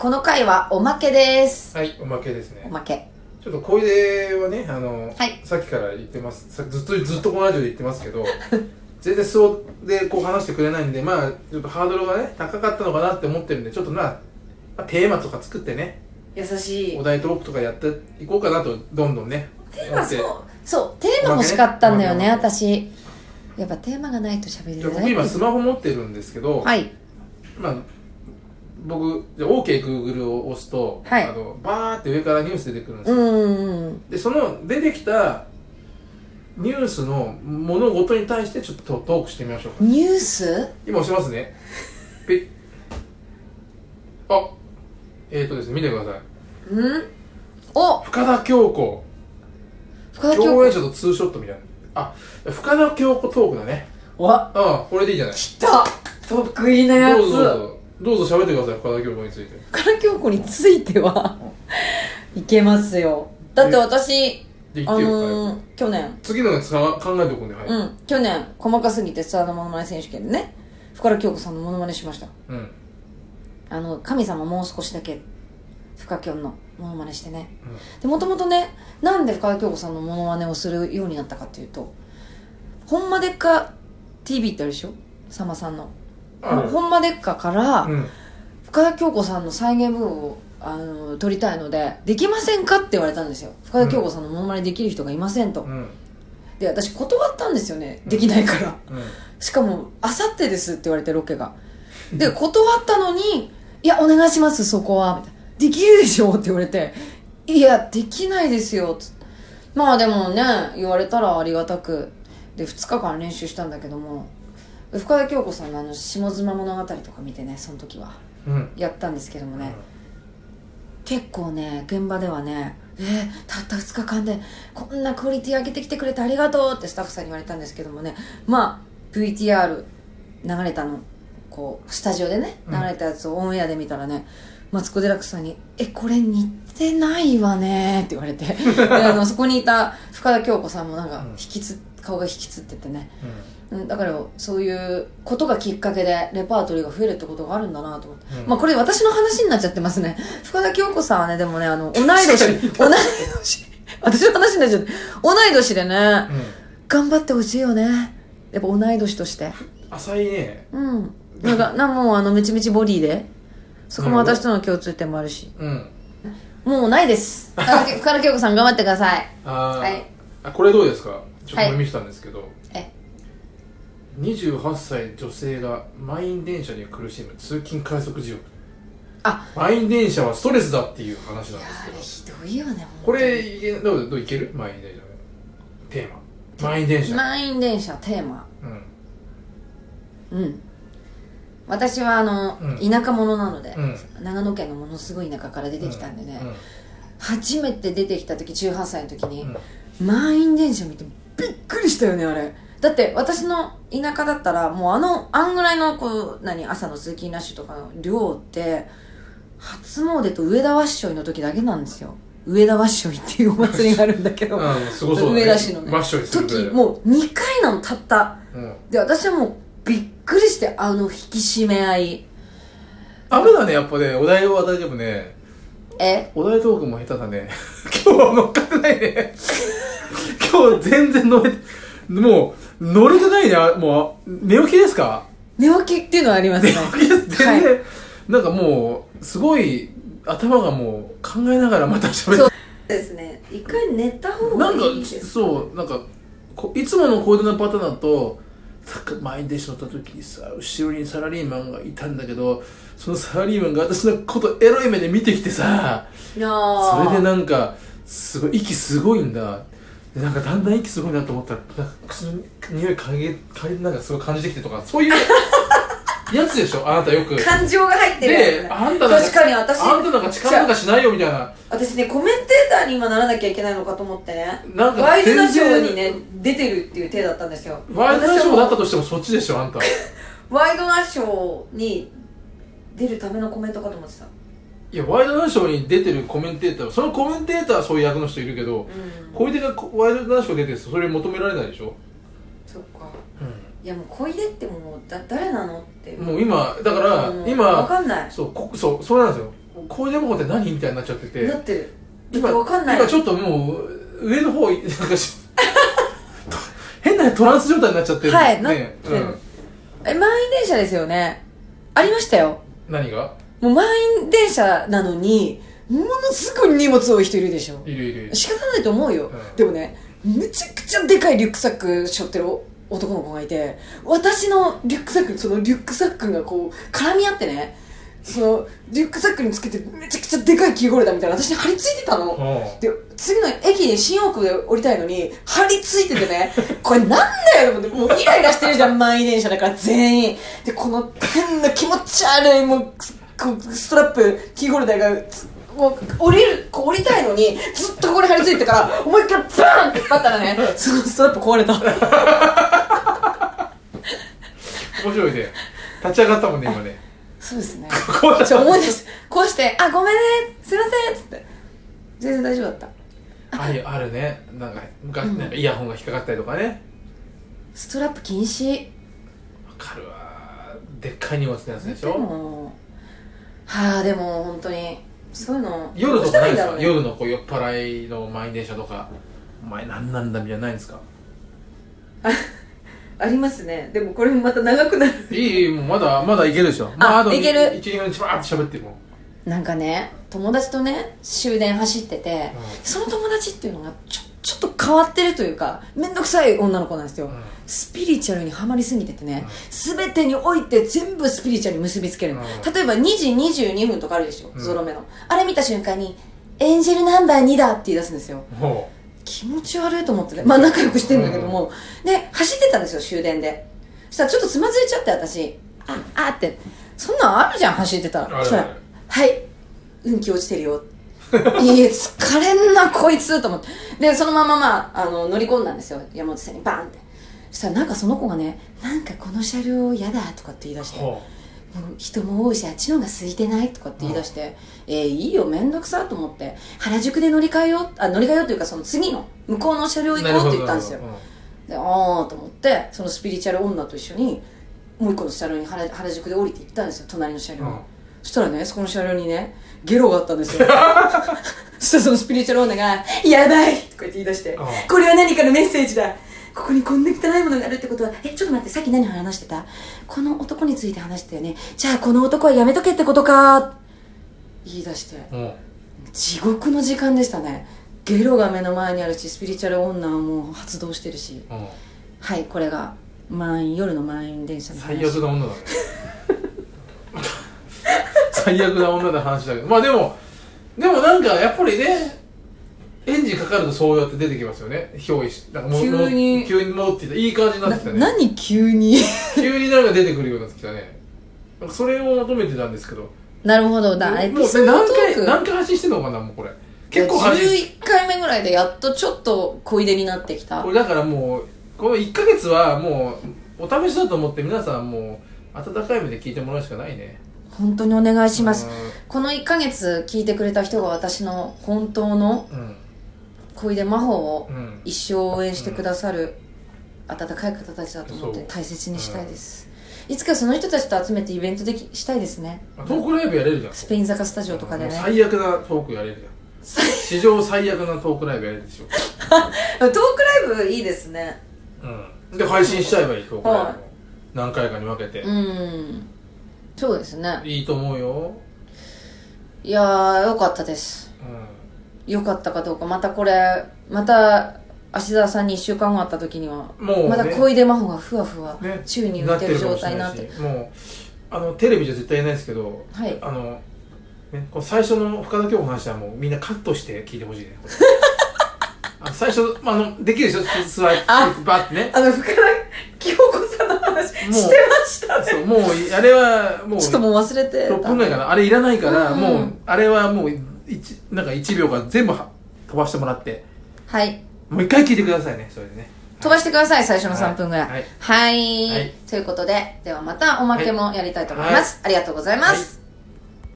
この回はおまけです。 はい、おまけですね。 おまけ。 ちょっと小出はね、 はい、 さっきから言ってます。ずっとこのラジオで言ってますけど、全然そうでこう話してくれないんで、まあちょっとハードルがね高かったのかなって思ってるんで、ちょっとテーマとか作ってね、 優しいお題トークとかやっていこうかなと、どんどんね。 テーマそうテーマ欲しかったんだよね、私。やっぱテーマがないと喋れない。 僕今スマホ持ってるんですけど、 はい。 まあ僕じゃあ OKGoogle を押すと、 はい、 バーって上からニュース出てくるんですよ。でその出てきたニュースの物事に対してちょっとトークしてみましょうか。 ニュース今押しますね。ですね、見てください。深田恭子共演者とツーショットみたいな。深田恭子トークだね。これでいいじゃない。 来た、得意なやつ。 どうぞ喋ってください。深田恭子について。 深田恭子についてはいけますよ。だって私去年次のやつ考えておくんで、はい、 去年細かすぎてスターのモノマネ選手権でね、深田恭子さんのモノマネしました。神様もう少しだけ深きょんのモノマネしてね、でもともとね、なんで深田恭子さんのモノマネをするようになったかっていうと、ほんまでっか TV ってあるでしょ、さんまさんのほんまでっかから、深田恭子さんの再現部分を撮りたいのでできませんかって言われたんですよ。深田恭子さんのモノマネできる人がいませんと、で私断ったんですよね、できないから、しかもあさってですって言われて、ロケがで断ったのに、いやお願いしますそこはみたいな、できるでしょって言われて、いやできないですよつって、まあでもね言われたらありがたくで2日間練習したんだけども、深田恭子さんの下妻物語とか見てね、その時は、やったんですけどもね、結構ね現場ではね、たった2日間でこんなクオリティ上げてきてくれてありがとうってスタッフさんに言われたんですけどもね、まあ VTR 流れたのこうスタジオでね流れたやつをオンエアで見たらね、マツコ・デラックスさんにこれ似てないわねって言われてでそこにいた深田恭子さんもなんか顔が引きつっててね、だからそういうことがきっかけでレパートリーが増えるってことがあるんだなと思って、まあこれ私の話になっちゃってますね。深田恭子さんはね、でもね同い年私の話になっちゃって、同い年でね、頑張ってほしいよね、やっぱ同い年として浅いね。 なんかもうめちめちボディで、そこも私との共通点もあるし、もうないです。深田恭子さん頑張ってください。はい。 これどうですか。ちょっと見せたんですけど、28歳女性が満員電車に苦しむ通勤快速地獄。満員電車はストレスだっていう話なんですけど、 ひどいよね。 これどういける。満員電車のテーマ。満員電車テーマ。私は田舎者なので、長野県のものすごい田舎から出てきたんでね、初めて出てきた時18歳の時に、満員電車見てびっくりしたよね。あれだって私の田舎だったらもうあんぐらいの朝の通勤ラッシュとかの量って初詣と上田わっしょいの時だけなんですよ。上田わっしょいっていうお祭りがあるんだけどすごそうだね、 上田市のね時もう2回なのたった、で私はもうびっくりして、引き締め合いダメだね、やっぱね。お題は大丈夫ね。お題トークも下手だね今日は乗っかってないね今日全然もう乗れてないね。もう寝起きですか。 寝起きっていうのはありますね。 寝起きです。全然、なんかもうすごい頭がもう考えながらまた喋って。 そうですね、一回寝た方がいいです。 なんかいつもの小出のパターンだと、満員電車乗った時にさ、後ろにサラリーマンがいたんだけど、そのサラリーマンが私のことエロい目で見てきてさ、それでなんかすごい息すごいんだ。でなんかだんだん息すごいなと思ったら、なんか口の匂いなんかすごい感じてきてとか、そういうやつでしょ。あなたよく感情が入ってるやつ、ね、 で確かに私あんたなんか力なんかしないよみたいな。 私ね、コメンテーターに今ならなきゃいけないのかと思ってね、なんかワイドナショーにね出てるっていう体だったんですよ。 ワイドナショーだったとしてもそっちでしょ、あんたワイドナショーに出るためのコメントかと思ってた。 いや、ワイドナショーに出てるコメンテーター、そのコメンテーターはそういう役の人いるけど、小出がワイドナショー出てるとそれ求められないでしょ。 そっか、いやもう小出ってもう誰なのってもう今だから、今分かんない。 そうなんですよ。 小出真帆って何みたいになっちゃってて。 なってる。今わかんない。 今ちょっともう上の方なんか変なトランス状態になっちゃってる。 はい、なってる。満員電車ですよね。ありましたよ。 何が？ もう満員電車なのにものすごい荷物多い人いるでしょ。 いる。 仕方ないと思うよ。でもね、めちゃくちゃでかいリュックサック背負ってる男の子がいて、私のリュックサックにそのリュックサックがこう絡み合ってね、そのリュックサックにつけてめちゃくちゃでかいキーホルダーみたいな私に張り付いてたの。で次の駅に新大久保で降りたいのに張り付いててね、これなんだよと思って、もうイライラしてるじゃん満員電車だから全員で、この変な気持ち悪いもうストラップキーホルダーがもう降りたいのにずっとここに張り付いてから思いっきりバーンって引っ張ったらね、そのストラップ壊れた。 面白いね。立ち上がったもんね今ね。 そうですね。 じゃ思い出す。こうして「あ、ごめんね、すいません」っつって全然大丈夫だった。 あるね。なんか昔なんかイヤホンが引っかかったりとかね。 ストラップ禁止。 わかるわ。でっかい荷物のやつでしょ。 でも本当にそういうの夜とかないですか？夜のこう酔っ払いの満員電車とか、お前何なんだみたいなないんですか？ ありますね。でもこれもまた長くなる。 いいもうまだいけるでしょ。 いける。 1、2分バーって喋ってもなんかね、友達とね終電走ってて、その友達っていうのがちょっと変わってるというかめんどくさい女の子なんですよ。スピリチュアルにはまりすぎててね、全てにおいて全部スピリチュアルに結びつけるの。例えば2時22分とかあるでしょ、ゾロ目のあれ見た瞬間にエンジェルナンバー2だって言い出すんですよ。気持ち悪いと思ってね、まあ仲良くしてんだけども、で走ってたんですよ終電で。そしたらちょっとつまずいちゃって私って、そんなんあるじゃん走ってたら。そしたらはい運気落ちてるよいや疲れんなこいつと思って、でそのまま乗り込んだんですよ山手線にバーンって。そしたらなんかその子がね、なんかこの車両嫌だとかって言い出して、もう人も多いしあっちの方が空いてないとかって言い出して、いいよめんどくさと思って原宿で乗り換えようというかその次の向こうの車両行こうって言ったんですよ。でと思ってそのスピリチュアル女と一緒にもう一個の車両に原宿で降りて行ったんですよ、隣の車両に。そしたらね、そこの車両にねゲロがあったんですよ。そしたらそのスピリチュアル女が「やばい!」とか言って言い出して「これは何かのメッセージだ、ここにこんな汚いものがあるってことは、ちょっと待って、さっき何話してた？この男について話したよね。じゃあこの男はやめとけってことか」言い出して、地獄の時間でしたね。ゲロが目の前にあるし、スピリチュアル女はもう発動してるし、はい、これが夜の満員電車の話。 最悪な女だね。最悪な女だ話だけど、まあでもなんかやっぱりね、エンジンかかるとそうやって出てきますよね。憑依しなんか急に戻ってきた、いい感じになってきたね。 何急に急になんか出てくるようになってきたね。それを求めてたんですけど。 なるほど。 エピソードトーク何回発信してんのかな、もうこれ。結構発信。 11回目ぐらいでやっとちょっと小出になってきた。 これだからもうこの1ヶ月はもうお試しだと思って、皆さんもう温かい目で聞いてもらうしかないね。 本当にお願いします。この1ヶ月聞いてくれた人が私の本当の小出真帆を一生応援してくださる温かい方たちだと思って大切にしたいです。いつかその人たちと集めてイベントしたいですね。 トークライブやれるじゃん。 スペイン坂スタジオとかでね。 最悪なトークやれるじゃん。史上最悪なトークライブやれるでしょ。 トークライブいいですね。 で配信しちゃえばいい、トークライブも何回かに分けて。 そうですね。 いいと思うよ。 いやーよかったです。よかったかどうか、また芦澤さんに1週間後会った時にはもう、ね、まだ小出真帆がふわふわ宙に浮いてる状態になって、 もうテレビじゃ絶対言えないですけど、 はい、 ね、この最初の深田恭子の話はもうみんなカットして聞いてほしいね。最初できるでしょ、スワイプバッてね、 深田恭子さんの話してましたね。 そうもうあれはもうちょっともう忘れて 6分ぐらいかな、あれいらないから、もうあれはもうなんか1秒から全部飛ばしてもらって、 はい、 もう一回聞いてくださいね、それでね。 飛ばしてください、最初の3分ぐらい。 はい。 はい。ということで、ではまたおまけもやりたいと思います。ありがとうございます。